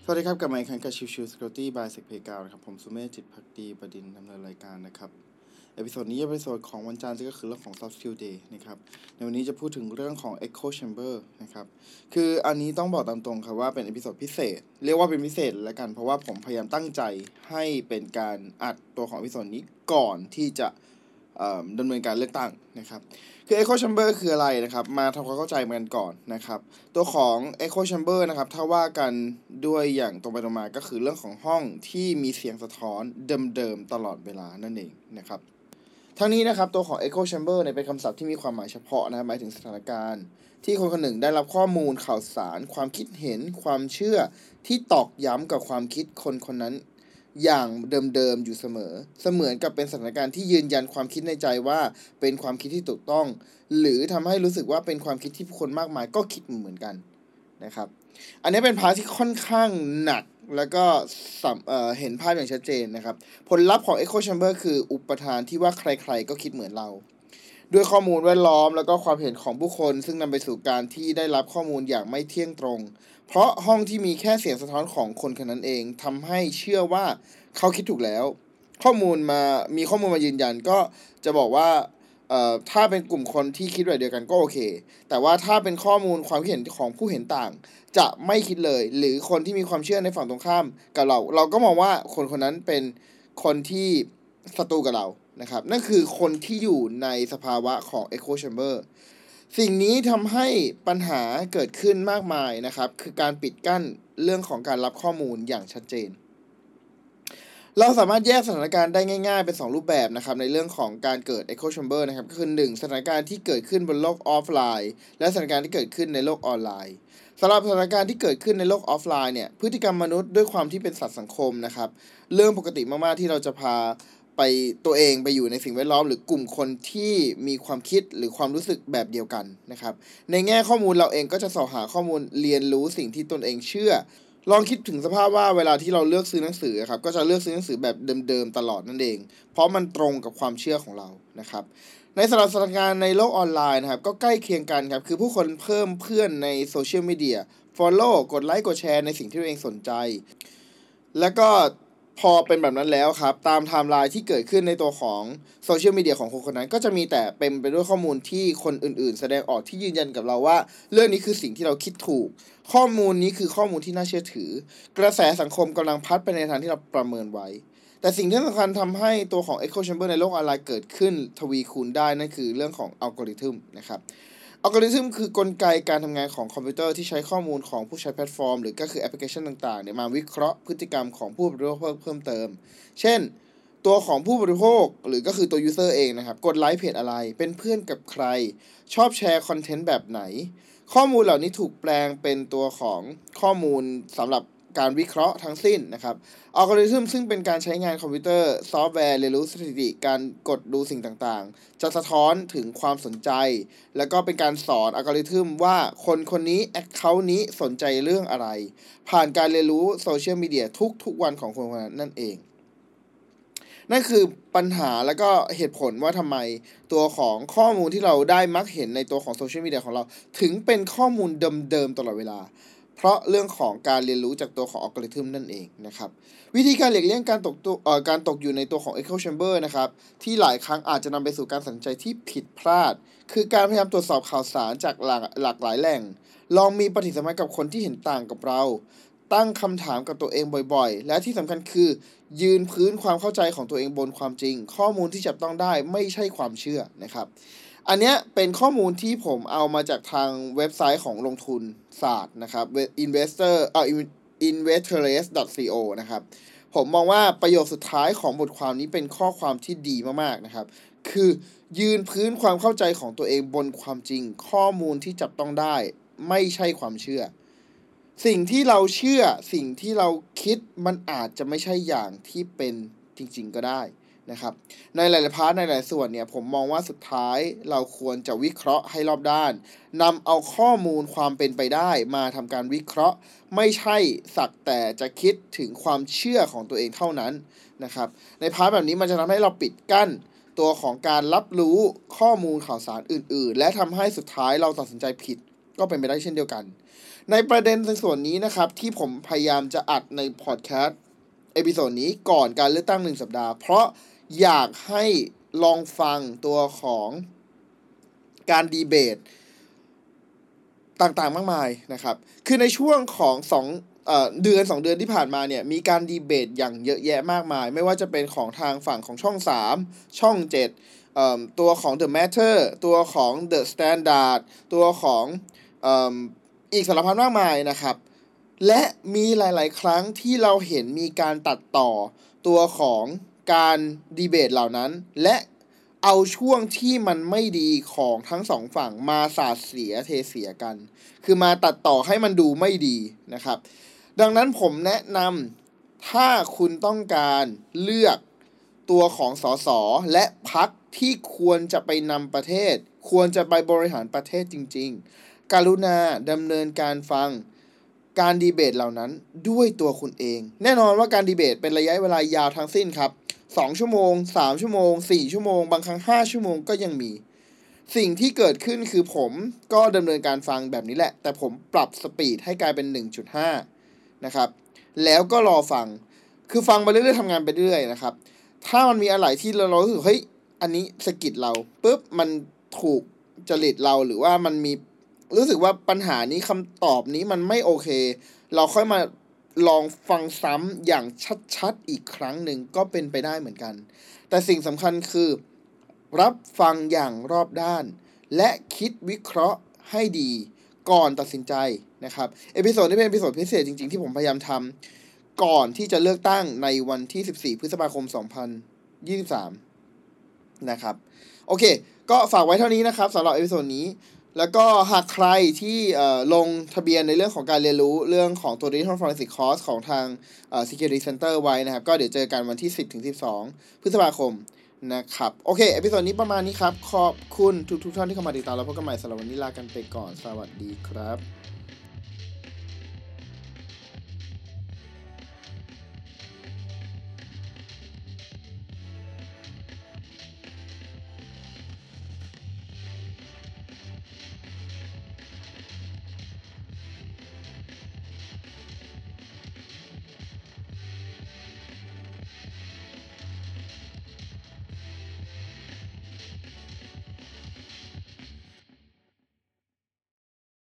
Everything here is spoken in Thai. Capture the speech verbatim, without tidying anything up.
วัสดีครับกลับมาอีกครั้งกับชิวชิว Security by Sec Playground นะครับผมสุเมธจิตภักดีประดินดำเนินรายการนะครับเอพิโซดนี้เป็นเอพิโซดของวันจันทร์ซึ่งก็คือเรื่องของ Soft Skill Day นะครับในวันนี้จะพูดถึงเรื่องของ Echo Chamber นะครับคืออันนี้ต้องบอกตามตรงครับว่าเป็นเอพิโซดพิเศษเรียกว่าเป็นพิเศษแล้วกันเพราะว่าผมพยายามตั้งใจให้เป็นการอัดตัวของเอพิโซดนี้ก่อนที่จะดำเนินการเลือกตั้งนะครับคือ Echo Chamber คืออะไรนะครับมาทำความเข้าใจมันก่อนนะครับตัวของ Echo Chamber นะครับถ้าว่ากันด้วยอย่างตรงไปตรงมาก็คือเรื่องของห้องที่มีเสียงสะท้อนเดิมๆตลอดเวลานั่นเองนะครับทั้งนี้นะครับตัวของ Echo Chamber เนี่ยเป็นคำศัพท์ที่มีความหมายเฉพาะนะหมายถึงสถานการณ์ที่คนคนหนึ่งได้รับข้อมูลข่าวสารความคิดเห็นความเชื่อที่ตอกย้ำกับความคิดคนคนนั้นอย่างเดิมๆอยู่เสมอเสมือนกับเป็นสถานการณ์ที่ยืนยันความคิดในใจว่าเป็นความคิดที่ถูกต้องหรือทำให้รู้สึกว่าเป็นความคิดที่ผู้คนมากมายก็คิดเหมือนกันนะครับอันนี้เป็นพาร์ทที่ค่อนข้างหนักแล้วก็เอ่อเห็นภาพอย่างชัดเจนนะครับผลลัพธ์ของ Echo Chamber คืออุปทานที่ว่าใครๆก็คิดเหมือนเราด้วยข้อมูลแวดล้อมแล้วก็ความเห็นของผู้คนซึ่งนำไปสู่การที่ได้รับข้อมูลอย่างไม่เที่ยงตรงเพราะห้องที่มีแค่เสียงสะท้อนของคนคนนั้นเองทำให้เชื่อว่าเขาคิดถูกแล้วข้อมูลมามีข้อมูลมายืนยันก็จะบอกว่าเอ่อถ้าเป็นกลุ่มคนที่คิดแบบเดียวกันก็โอเคแต่ว่าถ้าเป็นข้อมูลความคิดเห็นของผู้เห็นต่างจะไม่คิดเลยหรือคนที่มีความเชื่อในฝั่งตรงข้ามกับเราเราก็มองว่าคนคนนั้นเป็นคนที่ศัตรูกับเรานะครับนั่นคือคนที่อยู่ในสภาวะของ Echo Chamber สิ่งนี้ทำให้ปัญหาเกิดขึ้นมากมายนะครับคือการปิดกั้นเรื่องของการรับข้อมูลอย่างชัดเจนเราสามารถแยกสถานการณ์ได้ง่ายๆเป็นสองรูปแบบนะครับในเรื่องของการเกิด Echo Chamber นะครับก็คือหนึ่งสถานการณ์ที่เกิดขึ้นบนโลกออฟไลน์และสถานการณ์ที่เกิดขึ้นในโลกออนไลน์สำหรับสถานการณ์ที่เกิดขึ้นในโลกออฟไลน์เนี่ยพฤติกรรมมนุษย์ด้วยความที่เป็นสัตว์สังคมนะครับเรื่องปกติมากๆที่เราจะพาไปตัวเองไปอยู่ในสิ่งแวดล้อมหรือกลุ่มคนที่มีความคิดหรือความรู้สึกแบบเดียวกันนะครับในแง่ข้อมูลเราเองก็จะสอหาข้อมูลเรียนรู้สิ่งที่ตนเองเชื่อลองคิดถึงสภาพว่าเวลาที่เราเลือกซื้อหนังสือครับก็จะเลือกซื้อหนังสือแบบเดิมๆตลอดนั่นเองเพราะมันตรงกับความเชื่อของเรานะครับในสถานการณ์ในโลกออนไลน์นะครับก็ใกล้เคียงกันครับคือผู้คนเพิ่มเพื่อนในโซเชียลมีเดีย follow กดไลค์กดแชร์ในสิ่งที่ตัวเองสนใจแล้วก็พอเป็นแบบนั้นแล้วครับตามไทม์ไลน์ที่เกิดขึ้นในตัวของโซเชียลมีเดียของคนคนนั้นก็จะมีแต่เป็นไปด้วยข้อมูลที่คนอื่นๆแสดงออกที่ยืนยันกับเราว่าเรื่องนี้คือสิ่งที่เราคิดถูกข้อมูลนี้คือข้อมูลที่น่าเชื่อถือกระแสสังคมกำลังพัดไปในทางที่เราประเมินไว้แต่สิ่งที่สำคัญทำให้ตัวของ Echo Chamber ในโลกออนไลน์เกิดขึ้นทวีคูณได้นั่นคือเรื่องของอัลกอริทึมนะครับอัลกอริทึมคือกลไกการทำงานของคอมพิวเตอร์ที่ใช้ข้อมูลของผู้ใช้แพลตฟอร์มหรือก็คือแอปพลิเคชันต่างๆเนี่ยมาวิเคราะห์พฤติกรรมของผู้บริโภคเพิ่มเติมเช่นตัวของผู้บริโภคหรือก็คือตัวยูเซอร์เองนะครับกดไลค์เพจอะไรเป็นเพื่อนกับใครชอบแชร์คอนเทนต์แบบไหนข้อมูลเหล่านี้ถูกแปลงเป็นตัวของข้อมูลสำหรับการวิเคราะห์ทั้งสิ้นนะครับอัลกอริทึมซึ่งเป็นการใช้งานคอมพิวเตอร์ซอฟต์แวร์เรียนรู้สถิติการกดดูสิ่งต่างๆจะสะท้อนถึงความสนใจแล้วก็เป็นการสอนอัลกอริทึมว่าคนคนนี้แอคเคาท์นี้สนใจเรื่องอะไรผ่านการเรียนรู้โซเชียลมีเดียทุกๆวันของคนคนนั้นนั่นเองนั่นคือปัญหาและก็เหตุผลว่าทำไมตัวของข้อมูลที่เราได้มักเห็นในตัวของโซเชียลมีเดียของเราถึงเป็นข้อมูลเดิมๆตลอดเวลาเพราะเรื่องของการเรียนรู้จากตัวของอัลกอริทึมนั่นเองนะครับวิธีการหลีกเลี่ยงการตกตัวเอ่อการตกอยู่ในตัวของ Echo Chamber นะครับที่หลายครั้งอาจจะนำไปสู่การตัดสินใจที่ผิดพลาดคือการพยายามตรวจสอบข่าวสารจากหลากหลากหลายแหล่งลองมีปฏิสัมพันธ์กับคนที่เห็นต่างกับเราตั้งคำถามกับตัวเองบ่อยๆและที่สำคัญคือยืนพื้นความเข้าใจของตัวเองบนความจริงข้อมูลที่จับต้องได้ไม่ใช่ความเชื่อนะครับอันเนี้ยเป็นข้อมูลที่ผมเอามาจากทางเว็บไซต์ของลงทุนศาสตร์นะครับ investor เอ่อ investorless ดอท ซี โอ นะครับผมมองว่าประโยคสุดท้ายของบทความนี้เป็นข้อความที่ดีมากๆนะครับคือยืนพื้นความเข้าใจของตัวเองบนความจริงข้อมูลที่จับต้องได้ไม่ใช่ความเชื่อสิ่งที่เราเชื่อสิ่งที่เราคิดมันอาจจะไม่ใช่อย่างที่เป็นจริงๆก็ได้นะครับในหลายๆพาร์ทในหลายส่วนเนี่ยผมมองว่าสุดท้ายเราควรจะวิเคราะห์ให้รอบด้านนำเอาข้อมูลความเป็นไปได้มาทำการวิเคราะห์ไม่ใช่สักแต่จะคิดถึงความเชื่อของตัวเองเท่านั้นนะครับในพาร์ทแบบนี้มันจะทำให้เราปิดกั้นตัวของการรับรู้ข้อมูลข่าวสารอื่นๆและทำให้สุดท้ายเราตัดสินใจผิดก็เป็นไปได้เช่นเดียวกันในประเด็นในส่วนนี้นะครับที่ผมพยายามจะอัดในพอดแคสต์เอพิโซดนี้ก่อนการเลือกตั้งหนึ่งสัปดาห์เพราะอยากให้ลองฟังตัวของการดีเบตต่างๆมากมายนะครับคือในช่วงของสองเอ่อเดือนสองเดือนที่ผ่านมาเนี่ยมีการดีเบตอย่างเยอะแยะมากมายไม่ว่าจะเป็นของทางฝั่งของช่องสามช่องเจ็ดเอ่อตัวของ The Matter ตัวของ The Standard ตัวของเอ่ออีกสารพัดมากมายนะครับและมีหลายๆครั้งที่เราเห็นมีการตัดต่อตัวของการดีเบตเหล่านั้นและเอาช่วงที่มันไม่ดีของทั้งสองฝั่งมาสาดเสียเทเสียกันคือมาตัดต่อให้มันดูไม่ดีนะครับดังนั้นผมแนะนำถ้าคุณต้องการเลือกตัวของสสและพรรคที่ควรจะไปนำประเทศควรจะไปบริหารประเทศจริงๆกรุณาดำเนินการฟังการดีเบตเหล่านั้นด้วยตัวคุณเองแน่นอนว่าการดีเบตเป็นระยะเวลายาวทั้งสิ้นครับสองชั่วโมงสามชั่วโมงสี่ชั่วโมงบางครั้งห้าชั่วโมงก็ยังมีสิ่งที่เกิดขึ้นคือผมก็ดำเนินการฟังแบบนี้แหละแต่ผมปรับสปีดให้กลายเป็น หนึ่งจุดห้า นะครับแล้วก็รอฟังคือฟังไปเรื่อยๆทำงานไปเรื่อยๆนะครับถ้ามันมีอะไรที่เรารู้สึกเฮ้ยอันนี้สะกิดเราปุ๊บมันถูกจริตเราหรือว่ามันมีรู้สึกว่าปัญหานี้คำตอบนี้มันไม่โอเคเราค่อยมาลองฟังซ้ำอย่างชัดๆอีกครั้งหนึ่งก็เป็นไปได้เหมือนกันแต่สิ่งสำคัญคือรับฟังอย่างรอบด้านและคิดวิเคราะห์ให้ดีก่อนตัดสินใจนะครับเอพิโซดนี้เป็นเอพิโซดพิเศษจริงๆที่ผมพยายามทำก่อนที่จะเลือกตั้งในวันที่สิบสี่พฤษภาคมสองพันยี่สิบสามนะครับโอเคก็ฝากไว้เท่านี้นะครับสำหรับเอพิโซดนี้แล้วก็หากใครที่ลงทะเบียนในเรื่องของการเรียนรู้เรื่องของตัว Digital Forensic Course ของทาง Security Center ไว้นะครับก็เดี๋ยวเจอกันวันที่ สิบถึงสิบสอง พฤษภาคมนะครับโอเคเอพิโซดนี้ประมาณนี้ครับขอบคุณทุกๆท่านที่เข้ามาติดตามแล้วพบกันใหม่สำหรับวันนี้ลากันไปก่อนสวัสดีครับ